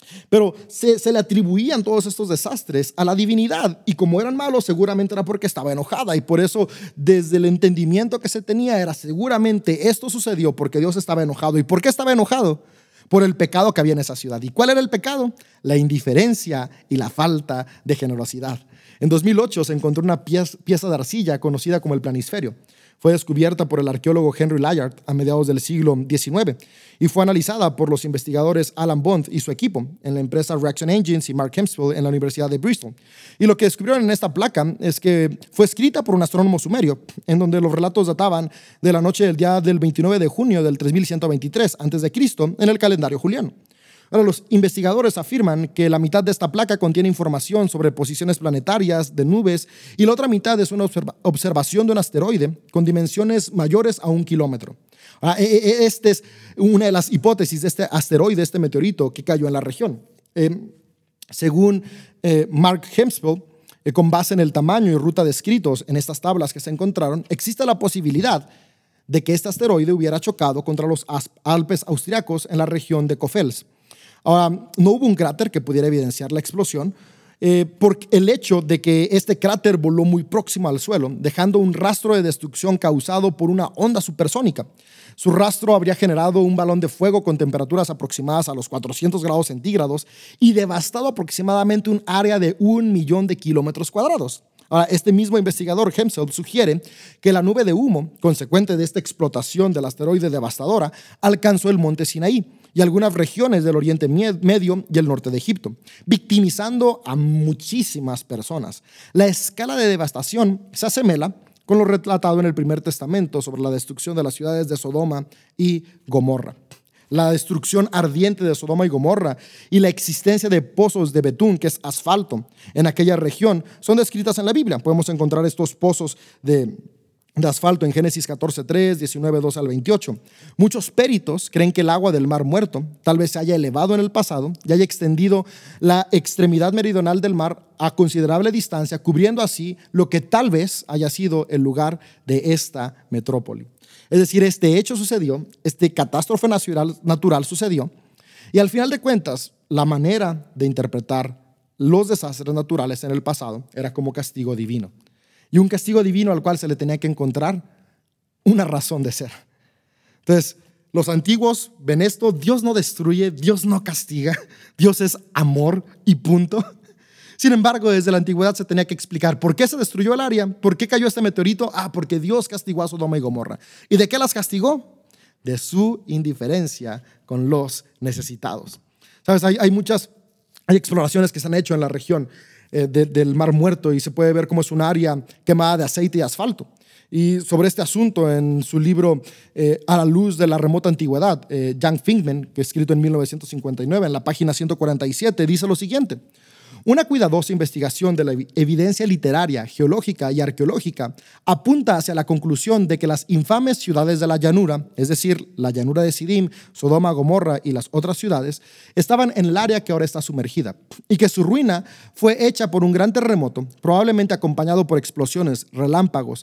Pero se, se le atribuían todos estos desastres a la divinidad, y como eran malos, seguramente era porque estaba enojada, y por eso desde el entendimiento que se tenía era seguramente esto sucedió porque Dios estaba enojado. ¿Y por qué estaba enojado? Por el pecado que había en esa ciudad. ¿Y cuál era el pecado? La indiferencia y la falta de generosidad. En dos mil ocho se encontró una pieza, pieza de arcilla conocida como el planisferio. Fue descubierta por el arqueólogo Henry Layard a mediados del siglo diecinueve y fue analizada por los investigadores Alan Bond y su equipo en la empresa Reaction Engines y Mark Hempswell en la Universidad de Bristol. Y lo que descubrieron en esta placa es que fue escrita por un astrónomo sumerio, en donde los relatos databan de la noche del día del veintinueve de junio del tres mil ciento veintitrés antes de Cristo en el calendario juliano. Ahora, los investigadores afirman que la mitad de esta placa contiene información sobre posiciones planetarias de nubes y la otra mitad es una observa- observación de un asteroide con dimensiones mayores a un kilómetro. Ahora, esta es una de las hipótesis de este asteroide, este meteorito que cayó en la región. Eh, según eh, Mark Hempswell, eh, con base en el tamaño y ruta descritos en estas tablas que se encontraron, existe la posibilidad de que este asteroide hubiera chocado contra los Alpes austriacos en la región de Kofels. Ahora, no hubo un cráter que pudiera evidenciar la explosión eh, por el hecho de que este cráter voló muy próximo al suelo, dejando un rastro de destrucción causado por una onda supersónica. Su rastro habría generado un balón de fuego con temperaturas aproximadas a los cuatrocientos grados centígrados y devastado aproximadamente un área de un millón de kilómetros cuadrados. Ahora, este mismo investigador, Hempswell, sugiere que la nube de humo, consecuente de esta explotación del asteroide devastadora, alcanzó el monte Sinaí y algunas regiones del Oriente Medio y el norte de Egipto, victimizando a muchísimas personas. La escala de devastación se asemeja con lo relatado en el Primer Testamento sobre la destrucción de las ciudades de Sodoma y Gomorra. La destrucción ardiente de Sodoma y Gomorra y la existencia de pozos de betún, que es asfalto, en aquella región, son descritas en la Biblia. Podemos encontrar estos pozos de, de asfalto en Génesis catorce tres, diecinueve dos al veintiocho. Muchos peritos creen que el agua del Mar Muerto tal vez se haya elevado en el pasado y haya extendido la extremidad meridional del mar a considerable distancia, cubriendo así lo que tal vez haya sido el lugar de esta metrópoli. Es decir, este hecho sucedió, este catástrofe natural, natural sucedió, y al final de cuentas, la manera de interpretar los desastres naturales en el pasado era como castigo divino. Y un castigo divino al cual se le tenía que encontrar una razón de ser. Entonces, los antiguos ven esto: Dios no destruye, Dios no castiga, Dios es amor y punto. Sin embargo, desde la antigüedad se tenía que explicar por qué se destruyó el área, por qué cayó este meteorito. Ah, porque Dios castigó a Sodoma y Gomorra. ¿Y de qué las castigó? De su indiferencia con los necesitados. Sabes, hay, hay muchas hay exploraciones que se han hecho en la región eh, de, del Mar Muerto y se puede ver cómo es un área quemada de aceite y asfalto. Y sobre este asunto, en su libro eh, A la luz de la remota antigüedad, eh, Jan Finkman, que escrito en mil novecientos cincuenta y nueve, en la página ciento cuarenta y siete, dice lo siguiente: una cuidadosa investigación de la evidencia literaria, geológica y arqueológica apunta hacia la conclusión de que las infames ciudades de la llanura, es decir, la llanura de Sidim, Sodoma, Gomorra y las otras ciudades, estaban en el área que ahora está sumergida y que su ruina fue hecha por un gran terremoto, probablemente acompañado por explosiones, relámpagos,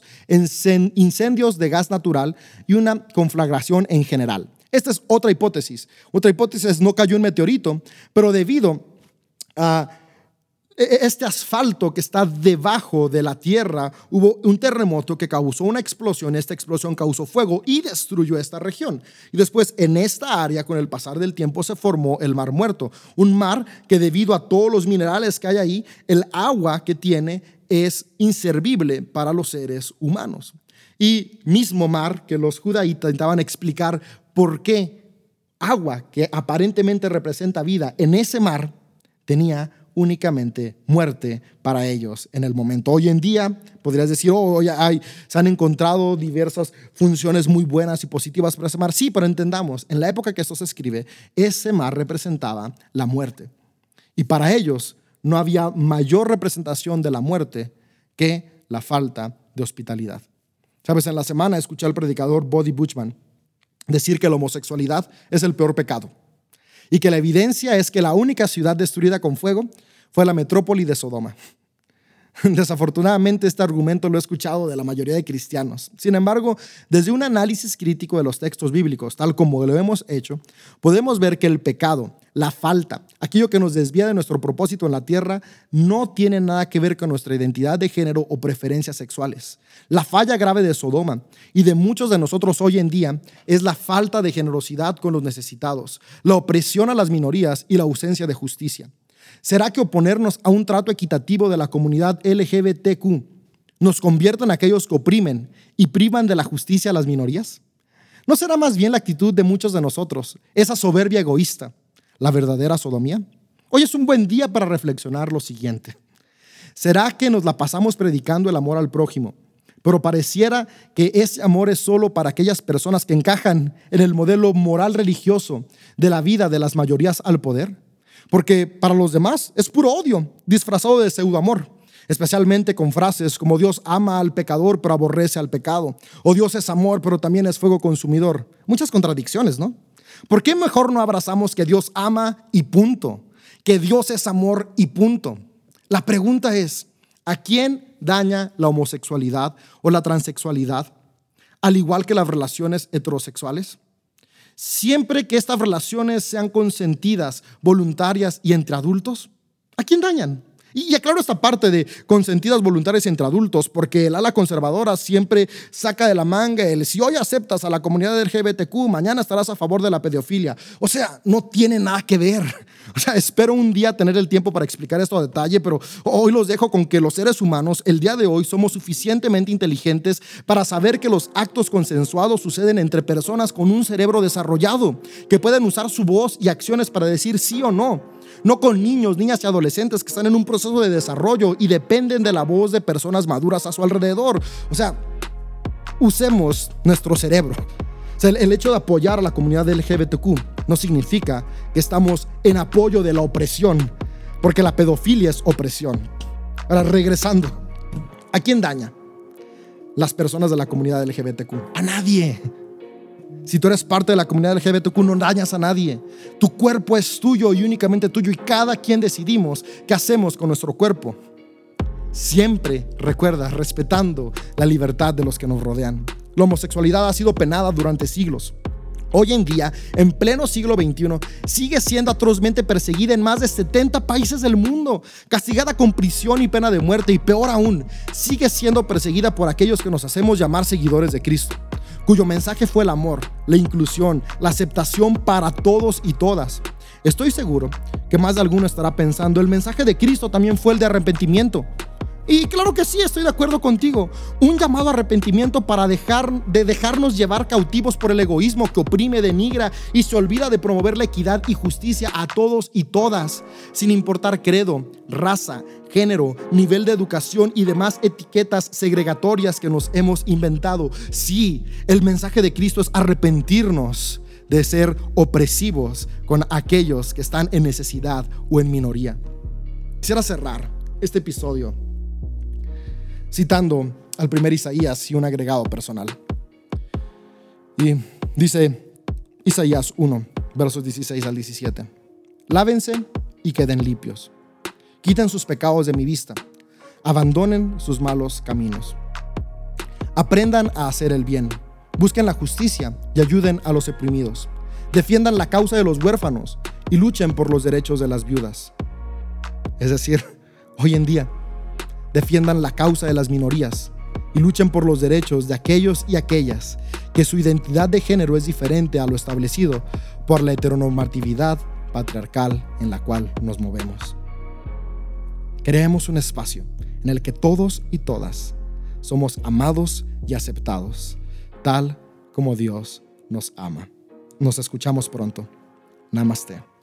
incendios de gas natural y una conflagración en general. Esta es otra hipótesis. Otra hipótesis es: no cayó un meteorito, pero debido a este asfalto que está debajo de la tierra, hubo un terremoto que causó una explosión. Esta explosión causó fuego y destruyó esta región. Y después, en esta área, con el pasar del tiempo, se formó el Mar Muerto. Un mar que, debido a todos los minerales que hay ahí, el agua que tiene es inservible para los seres humanos. Y mismo mar que los judaítas intentaban explicar por qué agua que aparentemente representa vida en ese mar tenía únicamente muerte para ellos en el momento. Hoy en día podrías decir: oh, hoy hay, se han encontrado diversas funciones muy buenas y positivas para ese mar. Sí, pero entendamos, en la época que esto se escribe, ese mar representaba la muerte. Y para ellos no había mayor representación de la muerte que la falta de hospitalidad. Sabes, en la semana escuché al predicador Buddy Buchman decir que la homosexualidad es el peor pecado y que la evidencia es que la única ciudad destruida con fuego fue la metrópoli de Sodoma. Desafortunadamente, este argumento lo he escuchado de la mayoría de cristianos. Sin embargo, desde un análisis crítico de los textos bíblicos, tal como lo hemos hecho, podemos ver que el pecado, la falta, aquello que nos desvía de nuestro propósito en la tierra, no tiene nada que ver con nuestra identidad de género o preferencias sexuales. La falla grave de Sodoma y de muchos de nosotros hoy en día es la falta de generosidad con los necesitados, la opresión a las minorías y la ausencia de justicia. ¿Será que oponernos a un trato equitativo de la comunidad L G B T Q nos convierte en aquellos que oprimen y privan de la justicia a las minorías? ¿No será más bien la actitud de muchos de nosotros, esa soberbia egoísta, la verdadera sodomía? Hoy es un buen día para reflexionar lo siguiente. ¿Será que nos la pasamos predicando el amor al prójimo, pero pareciera que ese amor es solo para aquellas personas que encajan en el modelo moral religioso de la vida de las mayorías al poder? Porque para los demás es puro odio, disfrazado de pseudoamor, especialmente con frases como Dios ama al pecador pero aborrece al pecado, o Dios es amor pero también es fuego consumidor. Muchas contradicciones, ¿no? ¿Por qué mejor no abrazamos que Dios ama y punto? Que Dios es amor y punto. La pregunta es, ¿a quién daña la homosexualidad o la transexualidad, al igual que las relaciones heterosexuales? Siempre que estas relaciones sean consentidas, voluntarias y entre adultos, ¿a quién dañan? Y aclaro esta parte de consentidas, voluntarias y entre adultos, porque el ala conservadora siempre saca de la manga el si hoy aceptas a la comunidad L G B T Q, mañana estarás a favor de la pedofilia. O sea, no tiene nada que ver. O sea, espero un día tener el tiempo para explicar esto a detalle, pero hoy los dejo con que los seres humanos, el día de hoy, somos suficientemente inteligentes para saber que los actos consensuados suceden entre personas con un cerebro desarrollado, que pueden usar su voz y acciones para decir sí o no. No con niños, niñas y adolescentes que están en un proceso de desarrollo y dependen de la voz de personas maduras a su alrededor. O sea, usemos nuestro cerebro. O sea, el, el hecho de apoyar a la comunidad L G B T Q no significa que estamos en apoyo de la opresión, porque la pedofilia es opresión. Ahora, regresando, ¿a quién daña las personas de la comunidad L G B T Q? A nadie. Si tú eres parte de la comunidad L G B T Q, no dañas a nadie. Tu cuerpo es tuyo y únicamente tuyo, y cada quien decidimos qué hacemos con nuestro cuerpo. Siempre, recuerda, respetando la libertad de los que nos rodean. La homosexualidad ha sido penada durante siglos. Hoy en día, en pleno siglo veintiuno, sigue siendo atrozmente perseguida en más de setenta países del mundo, castigada con prisión y pena de muerte, y peor aún, sigue siendo perseguida por aquellos que nos hacemos llamar seguidores de Cristo, cuyo mensaje fue el amor, la inclusión, la aceptación para todos y todas. Estoy seguro que más de alguno estará pensando, el mensaje de Cristo también fue el de arrepentimiento. Y claro que sí, estoy de acuerdo contigo. Un llamado a arrepentimiento para dejar de dejarnos llevar cautivos por el egoísmo que oprime, denigra y se olvida de promover la equidad y justicia a todos y todas, sin importar credo, raza, género, nivel de educación y demás etiquetas segregatorias que nos hemos inventado. Sí, el mensaje de Cristo es arrepentirnos de ser opresivos con aquellos que están en necesidad o en minoría. Quisiera cerrar este episodio citando al primer Isaías y un agregado personal. Y dice Isaías uno, versos dieciséis al diecisiete. Lávense y queden limpios. Quiten sus pecados de mi vista. Abandonen sus malos caminos. Aprendan a hacer el bien. Busquen la justicia y ayuden a los oprimidos. Defiendan la causa de los huérfanos y luchen por los derechos de las viudas. Es decir, hoy en día, defiendan la causa de las minorías y luchen por los derechos de aquellos y aquellas que su identidad de género es diferente a lo establecido por la heteronormatividad patriarcal en la cual nos movemos. Creemos un espacio en el que todos y todas somos amados y aceptados, tal como Dios nos ama. Nos escuchamos pronto. Namaste.